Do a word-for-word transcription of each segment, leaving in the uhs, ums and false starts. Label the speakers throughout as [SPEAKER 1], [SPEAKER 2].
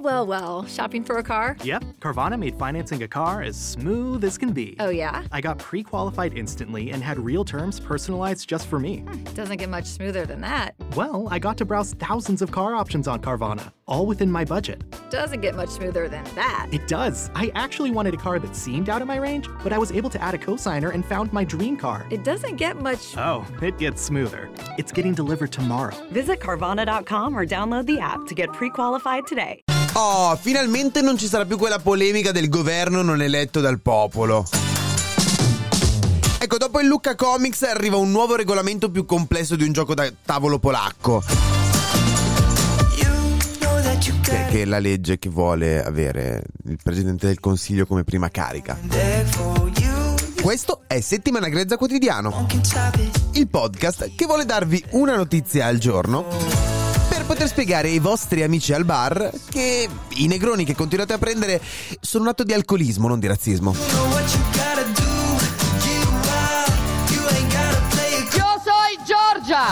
[SPEAKER 1] well, well. Shopping for a car?
[SPEAKER 2] Yep, Carvana made financing a car as smooth as can be.
[SPEAKER 1] Oh, yeah?
[SPEAKER 2] I got pre-qualified instantly and had real terms personalized just for me.
[SPEAKER 1] Hmm, doesn't get much smoother than that.
[SPEAKER 2] Well, I got to browse thousands of car options on Carvana, all within my budget.
[SPEAKER 1] Doesn't get much smoother than that.
[SPEAKER 2] It does. I actually wanted a car that seemed out of my range, but I was able to add a cosigner and found my dream car.
[SPEAKER 1] It doesn't get much...
[SPEAKER 2] Oh, it gets smoother. It's getting delivered tomorrow.
[SPEAKER 3] Visit Carvana dot com or download the app to get pre-qualified today.
[SPEAKER 4] Oh, finalmente non ci sarà più quella polemica del governo non eletto dal popolo. Ecco, dopo il Lucca Comics arriva un nuovo regolamento più complesso di un gioco da tavolo polacco. Che, che è la legge che vuole avere il Presidente del Consiglio come prima carica. Questo è Settimana Grezza Quotidiano, il podcast che vuole darvi una notizia al giorno per poter spiegare ai vostri amici al bar che i negroni che continuate a prendere sono un atto di alcolismo, non di razzismo.
[SPEAKER 5] Io sono Giorgia!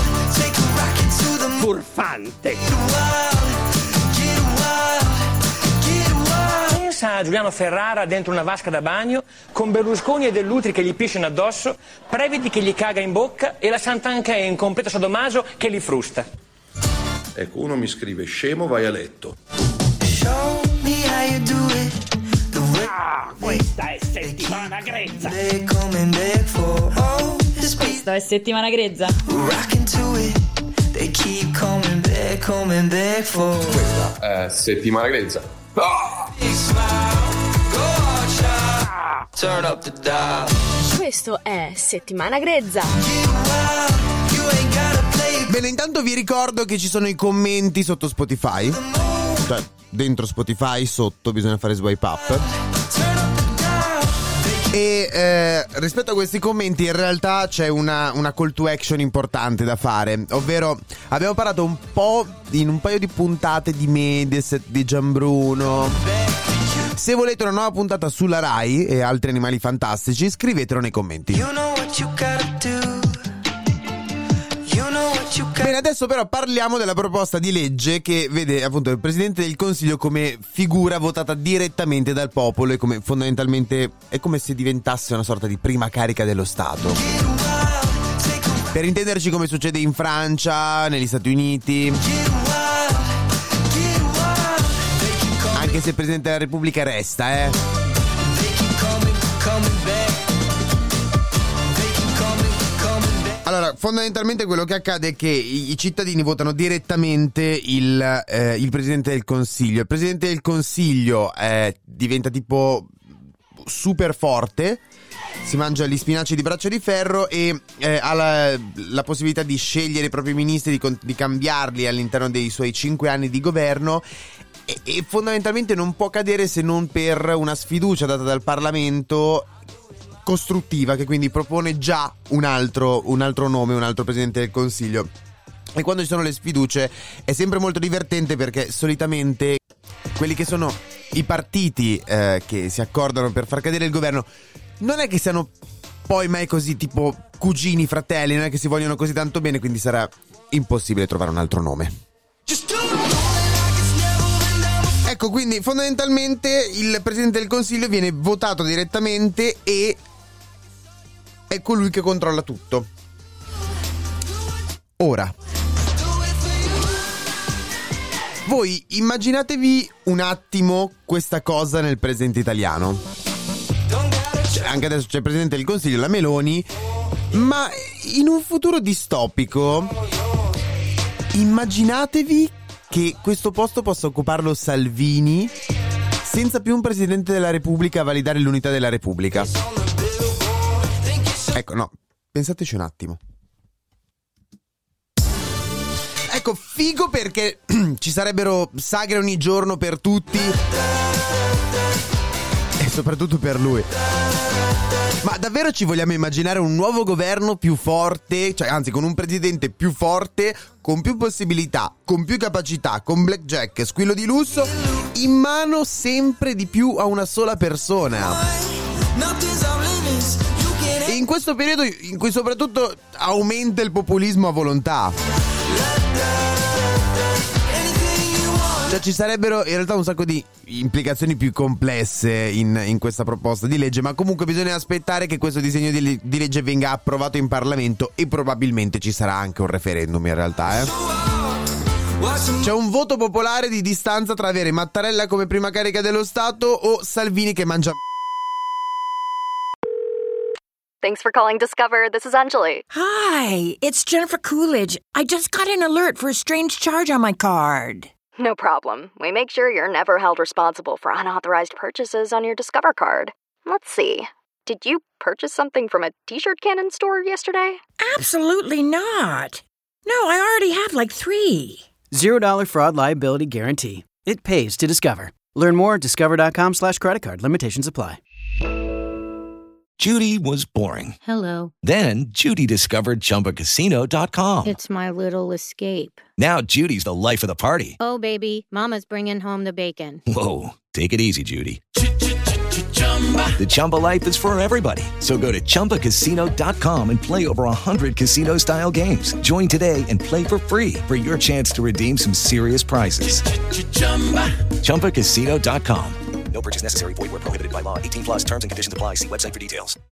[SPEAKER 6] Furfante! Pensa a Giuliano Ferrara dentro una vasca da bagno, con Berlusconi e Dell'Utri che gli pisciano addosso, Previti che gli caga in bocca e la Santanchè in completo sadomaso che li frusta.
[SPEAKER 7] Ecco, uno mi scrive: scemo, vai a letto.
[SPEAKER 6] Ah, questa è Settimana Grezza!
[SPEAKER 5] Questa è Settimana Grezza.
[SPEAKER 8] Questa è Settimana Grezza. Ah!
[SPEAKER 9] Questo è Settimana Grezza.
[SPEAKER 4] Bene, intanto vi ricordo che ci sono i commenti sotto Spotify. Cioè, dentro Spotify, sotto, bisogna fare swipe up. E eh, rispetto a questi commenti in realtà c'è una, una call to action importante da fare. Ovvero, abbiamo parlato un po' in un paio di puntate di Mediaset, di Gianbruno. Se volete una nuova puntata sulla Rai e altri animali fantastici, scrivetelo nei commenti. Bene, adesso però parliamo della proposta di legge che vede appunto il Presidente del Consiglio come figura votata direttamente dal popolo e come fondamentalmente è come se diventasse una sorta di prima carica dello Stato. Per intenderci, come succede in Francia, negli Stati Uniti. Anche se il Presidente della Repubblica resta, eh. Allora, fondamentalmente quello che accade è che i, i cittadini votano direttamente il, eh, il Presidente del Consiglio. Il Presidente del Consiglio eh, diventa tipo super forte, si mangia gli spinaci di braccio di ferro e eh, ha la, la possibilità di scegliere i propri ministri, di, di cambiarli all'interno dei suoi cinque anni di governo. E, e fondamentalmente non può cadere se non per una sfiducia data dal Parlamento costruttiva, che quindi propone già un altro, un altro nome, un altro Presidente del Consiglio. E quando ci sono le sfiducie è sempre molto divertente, perché solitamente quelli che sono i partiti eh, che si accordano per far cadere il governo non è che siano poi mai così tipo cugini, fratelli, non è che si vogliono così tanto bene, quindi sarà impossibile trovare un altro nome. Ecco, quindi fondamentalmente il Presidente del Consiglio viene votato direttamente e è colui che controlla tutto. Ora, voi immaginatevi un attimo questa cosa nel presente italiano. Cioè, anche adesso c'è il Presidente del Consiglio, la Meloni, ma in un futuro distopico immaginatevi che questo posto possa occuparlo Salvini senza più un Presidente della Repubblica a validare l'unità della Repubblica. Ecco, no, pensateci un attimo. Ecco, figo, perché ci sarebbero sagre ogni giorno per tutti e soprattutto per lui. Ma davvero ci vogliamo immaginare un nuovo governo più forte, cioè anzi con un presidente più forte, con più possibilità, con più capacità, con blackjack e squillo di lusso, in mano sempre di più a una sola persona? E in questo periodo in cui soprattutto aumenta il populismo a volontà. Cioè ci sarebbero in realtà un sacco di implicazioni più complesse in, in questa proposta di legge, ma comunque bisogna aspettare che questo disegno di, di legge venga approvato in Parlamento e probabilmente ci sarà anche un referendum in realtà, eh. C'è un voto popolare di distanza tra avere Mattarella come prima carica dello Stato o Salvini che mangia.
[SPEAKER 10] Thanks for calling Discover. This is Anjali.
[SPEAKER 11] Hi, it's Jennifer Coolidge. I just got an alert for a strange charge on my card.
[SPEAKER 10] No problem. We make sure you're never held responsible for unauthorized purchases on your Discover card. Let's see. Did you purchase something from a t-shirt cannon store yesterday?
[SPEAKER 11] Absolutely not. No, I already have like three.
[SPEAKER 12] Zero dollar fraud liability guarantee. It pays to Discover. Learn more at discover.com slash credit card. Limitations apply.
[SPEAKER 13] Judy was boring.
[SPEAKER 14] Hello.
[SPEAKER 13] Then Judy discovered Chumba Casino dot com.
[SPEAKER 14] It's my little escape.
[SPEAKER 13] Now Judy's the life of the party.
[SPEAKER 14] Oh, baby, mama's bringing home the bacon.
[SPEAKER 13] Whoa, take it easy, Judy. The Chumba life is for everybody. So go to Chumba Casino dot com and play over one hundred casino-style games. Join today and play for free for your chance to redeem some serious prizes. Chumba Casino dot com.
[SPEAKER 15] No purchase necessary. Void where prohibited by law. eighteen plus terms and conditions apply. See website for details.